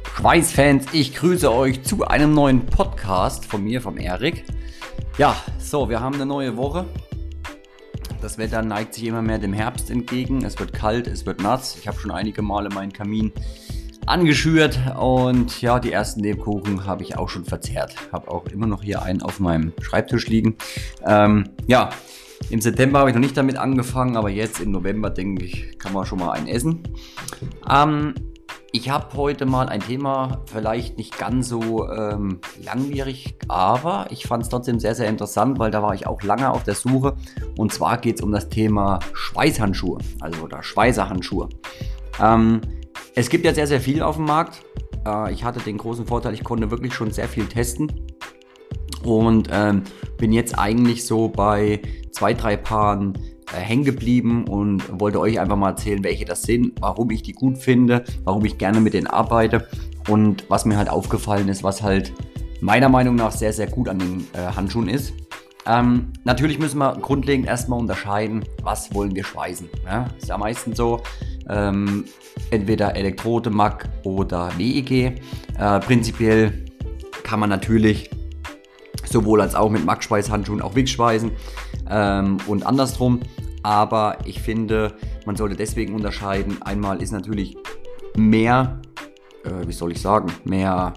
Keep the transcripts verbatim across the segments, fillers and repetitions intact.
Schweißfans, ich grüße euch zu einem neuen Podcast von mir, vom Erik. Ja, so, wir haben eine neue Woche. Das Wetter neigt sich immer mehr dem Herbst entgegen. Es wird kalt, es wird nass. Ich habe schon einige Male meinen Kamin angeschürt und ja, die ersten Lebkuchen habe ich auch schon verzehrt. Habe auch immer noch hier einen auf meinem Schreibtisch liegen. Ähm, ja, im September habe ich noch nicht damit angefangen, aber jetzt im November, denke ich, kann man schon mal einen essen. Ähm, Ich habe heute mal ein Thema, vielleicht nicht ganz so ähm, langwierig, aber ich fand es trotzdem sehr, sehr interessant, weil da war ich auch lange auf der Suche. Und zwar geht es um das Thema Schweißhandschuhe, also oder Schweißerhandschuhe. Ähm, es gibt ja sehr, sehr viel auf dem Markt. Äh, ich hatte den großen Vorteil, ich konnte wirklich schon sehr viel testen. Und ähm, bin jetzt eigentlich so bei zwei, drei Paaren äh, hängen geblieben und wollte euch einfach mal erzählen, welche das sind, warum ich die gut finde, warum ich gerne mit denen arbeite und was mir halt aufgefallen ist, was halt meiner Meinung nach sehr, sehr gut an den äh, Handschuhen ist. Ähm, natürlich müssen wir grundlegend erstmal unterscheiden, was wollen wir schweißen. Ja? Ist ja meistens so, ähm, entweder Elektrode, M A C oder W E G. Äh, prinzipiell kann man natürlich sowohl als auch mit M A C-Schweißhandschuhen auch W I G-Schweißen ähm, und andersrum. Aber ich finde, man sollte deswegen unterscheiden. Einmal ist natürlich mehr, äh, wie soll ich sagen, mehr,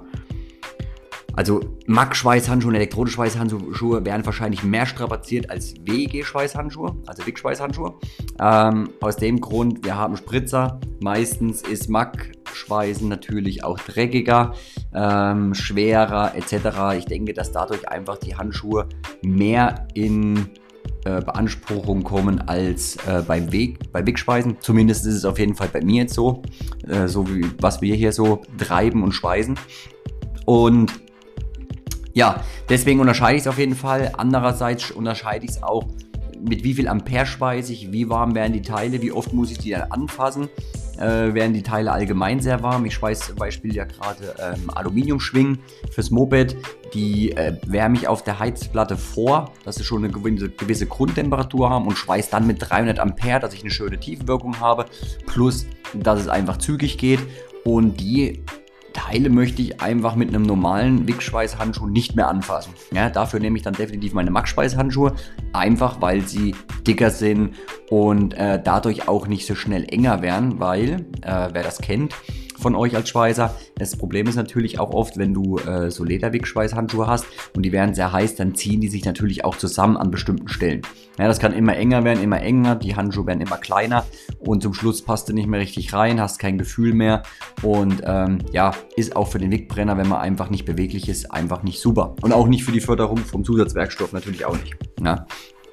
also M A C-Schweißhandschuhe und Elektrodeschweißhandschuhe werden wahrscheinlich mehr strapaziert als W E G-Schweißhandschuhe, also W I G-Schweißhandschuhe. Ähm, aus dem Grund, wir haben Spritzer, meistens ist M A C-Schweißen natürlich auch dreckiger, ähm, schwerer et cetera. Ich denke, dass dadurch einfach die Handschuhe mehr in äh, Beanspruchung kommen als äh, beim W I G-Schweißen. Zumindest ist es auf jeden Fall bei mir jetzt so, äh, so wie was wir hier so treiben und schweißen. Und ja, deswegen unterscheide ich es auf jeden Fall. Andererseits unterscheide ich es auch, mit wie viel Ampere schweiße ich, wie warm werden die Teile, wie oft muss ich die dann anfassen. Äh, werden die Teile allgemein sehr warm. Ich schweiße zum Beispiel ja gerade ähm, Aluminiumschwingen fürs Moped. Die äh, wärme ich auf der Heizplatte vor, dass sie schon eine gewisse, gewisse Grundtemperatur haben und schweiße dann mit dreihundert Ampere, dass ich eine schöne Tiefenwirkung habe. Plus, dass es einfach zügig geht. Und die Teile möchte ich einfach mit einem normalen W I G-Schweißhandschuh nicht mehr anfassen. Ja, dafür nehme ich dann definitiv meine M A C-Schweißhandschuhe, einfach weil sie dicker sind und äh, dadurch auch nicht so schnell enger werden, weil, äh, wer das kennt von euch als Schweißer, das Problem ist natürlich auch oft, wenn du äh, so Leder-W I G-Schweißhandschuhe hast und die werden sehr heiß, dann ziehen die sich natürlich auch zusammen an bestimmten Stellen. Ja, das kann immer enger werden, immer enger, die Handschuhe werden immer kleiner und zum Schluss passt du nicht mehr richtig rein, hast kein Gefühl mehr und ähm, ja, ist auch für den Wegbrenner, wenn man einfach nicht beweglich ist, einfach nicht super. Und auch nicht für die Förderung vom Zusatzwerkstoff natürlich auch nicht. Ja,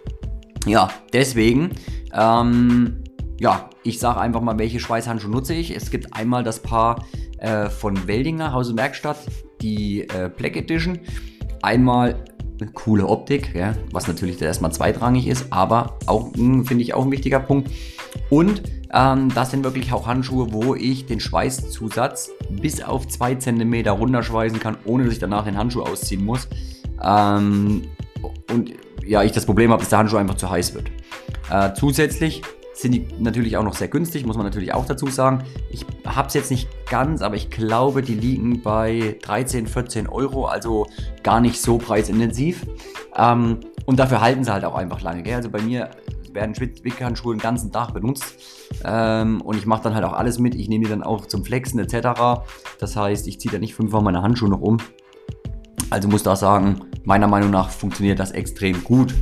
ja deswegen, ähm, ja, ich sage einfach mal, welche Schweißhandschuhe nutze ich. Es gibt einmal das Paar äh, von Weldinger, Haus und Werkstatt, die äh, Black Edition. Einmal eine coole Optik, ja, was natürlich erstmal zweitrangig ist, aber auch, finde ich, auch ein wichtiger Punkt. Und ähm, das sind wirklich auch Handschuhe, wo ich den Schweißzusatz bis auf zwei Zentimeter runterschweißen kann, ohne dass ich danach den Handschuh ausziehen muss. Ähm, und ja, ich das Problem habe, dass der Handschuh einfach zu heiß wird. Äh, zusätzlich sind die natürlich auch noch sehr günstig, muss man natürlich auch dazu sagen. Ich habe es jetzt nicht ganz, aber ich glaube, die liegen bei dreizehn, vierzehn Euro, also gar nicht so preisintensiv. Ähm, und dafür halten sie halt auch einfach lange. Gell? Also bei mir werden W I G-Handschuhe den ganzen Tag benutzt ähm, und ich mache dann halt auch alles mit. Ich nehme die dann auch zum Flexen et cetera. Das heißt, ich ziehe da nicht fünfmal meine Handschuhe noch um. Also muss da sagen, meiner Meinung nach funktioniert das extrem gut.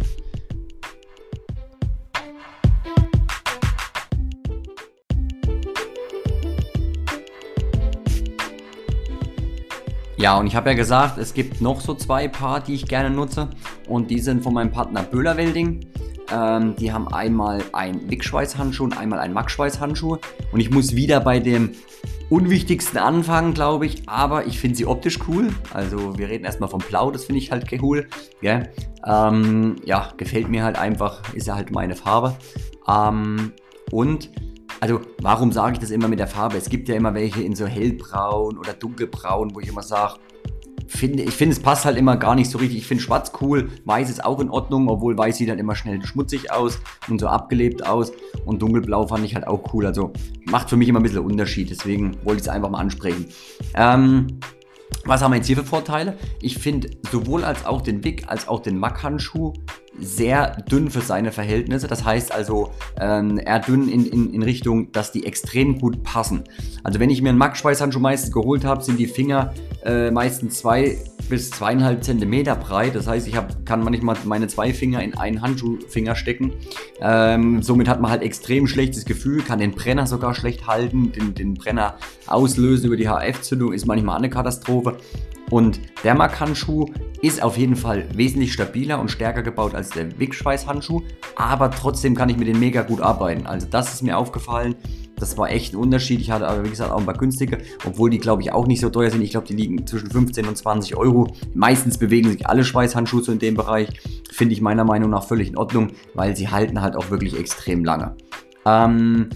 Ja, und ich habe ja gesagt, es gibt noch so zwei Paar, die ich gerne nutze und die sind von meinem Partner Böhler Welding. Ähm, die haben einmal ein W I G-Schweißhandschuh und einmal ein M A C-Schweißhandschuh und ich muss wieder bei dem unwichtigsten anfangen, glaube ich, aber ich finde sie optisch cool. Also wir reden erstmal vom Blau, das finde ich halt cool. Gell? Ähm, ja, gefällt mir halt einfach, ist ja halt meine Farbe. Ähm, und Also warum sage ich das immer mit der Farbe? Es gibt ja immer welche in so hellbraun oder dunkelbraun, wo ich immer sage, finde, ich finde, es passt halt immer gar nicht so richtig. Ich finde schwarz cool, weiß ist auch in Ordnung, obwohl weiß sieht halt immer schnell schmutzig aus und so abgelebt aus. Und dunkelblau fand ich halt auch cool. Also macht für mich immer ein bisschen Unterschied. Deswegen wollte ich es einfach mal ansprechen. Ähm, was haben wir jetzt hier für Vorteile? Ich finde sowohl als auch den Wick als auch den Mack-Handschuh sehr dünn für seine Verhältnisse. Das heißt also ähm, eher dünn in, in, in Richtung, dass die extrem gut passen. Also wenn ich mir einen Mack-Schweißhandschuh meistens geholt habe, sind die Finger äh, meistens zwei bis zweieinhalb Zentimeter breit. Das heißt, ich hab, kann manchmal meine zwei Finger in einen Handschuhfinger stecken. Ähm, somit hat man halt extrem schlechtes Gefühl, kann den Brenner sogar schlecht halten, den, den Brenner auslösen über die H F-Zündung, ist manchmal eine Katastrophe. Und der Mack-Handschuh ist auf jeden Fall wesentlich stabiler und stärker gebaut als der Wick-Schweißhandschuh, aber trotzdem kann ich mit denen mega gut arbeiten. Also das ist mir aufgefallen, das war echt ein Unterschied. Ich hatte aber wie gesagt auch ein paar günstige, obwohl die glaube ich auch nicht so teuer sind. Ich glaube, die liegen zwischen fünfzehn und zwanzig Euro. Meistens bewegen sich alle Schweißhandschuhe so in dem Bereich. Finde ich meiner Meinung nach völlig in Ordnung, weil sie halten halt auch wirklich extrem lange. Ähm,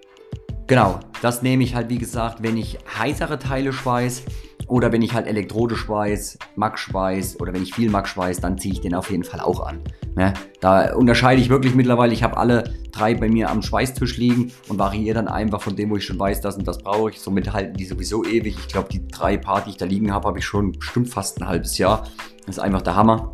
genau, das nehme ich halt wie gesagt, wenn ich heißere Teile schweiß. Oder wenn ich halt Elektrode schweiß, Mack schweiß oder wenn ich viel Mack schweiß, dann ziehe ich den auf jeden Fall auch an. Ne? Da unterscheide ich wirklich mittlerweile, ich habe alle drei bei mir am Schweißtisch liegen und variiere dann einfach von dem, wo ich schon weiß, das und das brauche ich. Somit halten die sowieso ewig. Ich glaube, die drei Paar, die ich da liegen habe, habe ich schon bestimmt fast ein halbes Jahr. Das ist einfach der Hammer.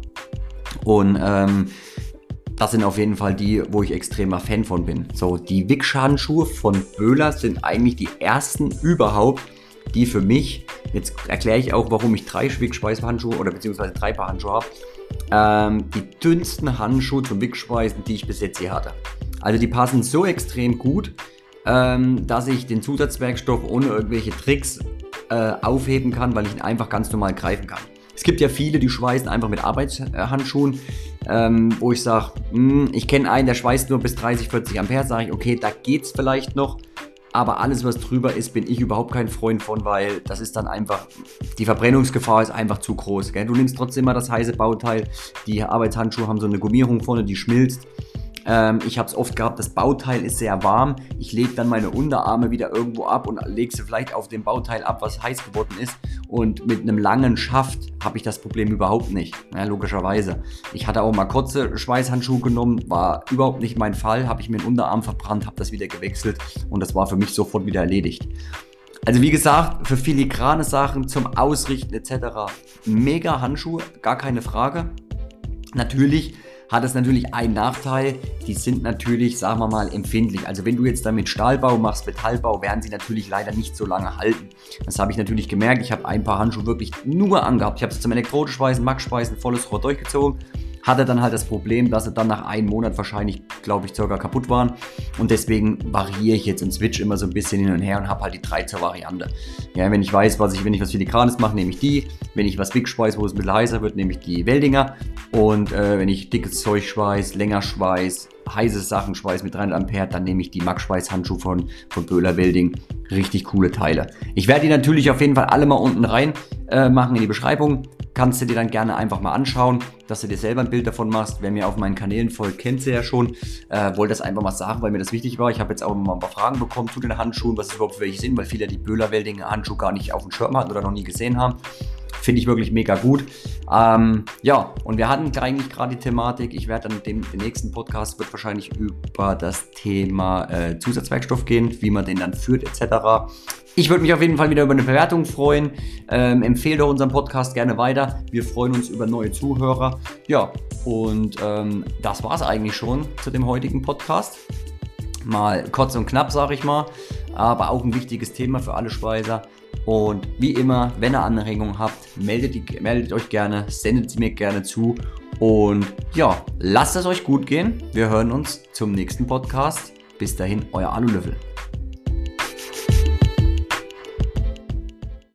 Und ähm, das sind auf jeden Fall die, wo ich extremer Fan von bin. So, die Wick-Handschuhe von Böhler sind eigentlich die ersten überhaupt, die für mich, jetzt erkläre ich auch, warum ich drei Wick-Schweißhandschuhe oder beziehungsweise drei Paar Handschuhe habe, ähm, die dünnsten Handschuhe zum Wick-Schweißen, die ich bis jetzt hier hatte. Also die passen so extrem gut, ähm, dass ich den Zusatzwerkstoff ohne irgendwelche Tricks äh, aufheben kann, weil ich ihn einfach ganz normal greifen kann. Es gibt ja viele, die schweißen einfach mit Arbeitshandschuhen, ähm, wo ich sage, ich kenne einen, der schweißt nur bis dreißig, vierzig Ampere, sage ich, okay, da geht's vielleicht noch. Aber alles, was drüber ist, bin ich überhaupt kein Freund von, weil das ist dann einfach, die Verbrennungsgefahr ist einfach zu groß. Gell? Du nimmst trotzdem mal das heiße Bauteil, die Arbeitshandschuhe haben so eine Gummierung vorne, die schmilzt. Ähm, ich habe es oft gehabt, das Bauteil ist sehr warm. Ich lege dann meine Unterarme wieder irgendwo ab und lege sie vielleicht auf dem Bauteil ab, was heiß geworden ist. Und mit einem langen Schaft habe ich das Problem überhaupt nicht, ja, logischerweise. Ich hatte auch mal kurze Schweißhandschuhe genommen, war überhaupt nicht mein Fall. Habe ich mir den Unterarm verbrannt, habe das wieder gewechselt und das war für mich sofort wieder erledigt. Also wie gesagt, für filigrane Sachen zum Ausrichten et cetera mega Handschuhe, gar keine Frage. Natürlich hat es natürlich einen Nachteil, die sind natürlich, sagen wir mal, empfindlich. Also wenn du jetzt damit Stahlbau machst, Metallbau, werden sie natürlich leider nicht so lange halten. Das habe ich natürlich gemerkt. Ich habe ein paar Handschuhe wirklich nur angehabt. Ich habe es zum Elektrodeschweißen, Mack-Schweißen, volles Rohr durchgezogen. Hatte dann halt das Problem, dass sie dann nach einem Monat wahrscheinlich, glaube ich, circa kaputt waren. Und deswegen variiere ich jetzt und switch immer so ein bisschen hin und her und habe halt die drei zur Variante. Ja, wenn ich weiß, was ich, wenn ich was Filigranes mache, nehme ich die. Wenn ich was Wick schweiß, wo es ein bisschen heißer wird, nehme ich die Weldinger. Und äh, wenn ich dickes Zeug schweiß, länger schweiß, heiße Sachen schweiß mit dreihundert Ampere, dann nehme ich die Mack-Schweiß-Handschuhe von, von Böhler Welding. Richtig coole Teile. Ich werde die natürlich auf jeden Fall alle mal unten rein äh, machen in die Beschreibung. Kannst du dir dann gerne einfach mal anschauen, dass du dir selber ein Bild davon machst. Wer mir auf meinen Kanälen folgt, kennt sie ja schon. Äh, wollte das einfach mal sagen, weil mir das wichtig war. Ich habe jetzt auch mal ein paar Fragen bekommen zu den Handschuhen, was es überhaupt für welche sind, weil viele die Böhler Welding Handschuhe gar nicht auf dem Schirm hatten oder noch nie gesehen haben. Finde ich wirklich mega gut. Ähm, ja, und wir hatten eigentlich gerade die Thematik, ich werde dann den, den nächsten Podcast wird wahrscheinlich über das Thema äh, Zusatzwerkstoff gehen, wie man den dann führt et cetera. Ich würde mich auf jeden Fall wieder über eine Bewertung freuen. Ähm, empfehle doch unseren Podcast gerne weiter. Wir freuen uns über neue Zuhörer. Ja, und ähm, das war es eigentlich schon zu dem heutigen Podcast. Mal kurz und knapp, sage ich mal, aber auch ein wichtiges Thema für alle Schweißer. Und wie immer, wenn ihr Anregungen habt, meldet, die, meldet euch gerne, sendet sie mir gerne zu. Und ja, lasst es euch gut gehen. Wir hören uns zum nächsten Podcast. Bis dahin, euer Alulöffel.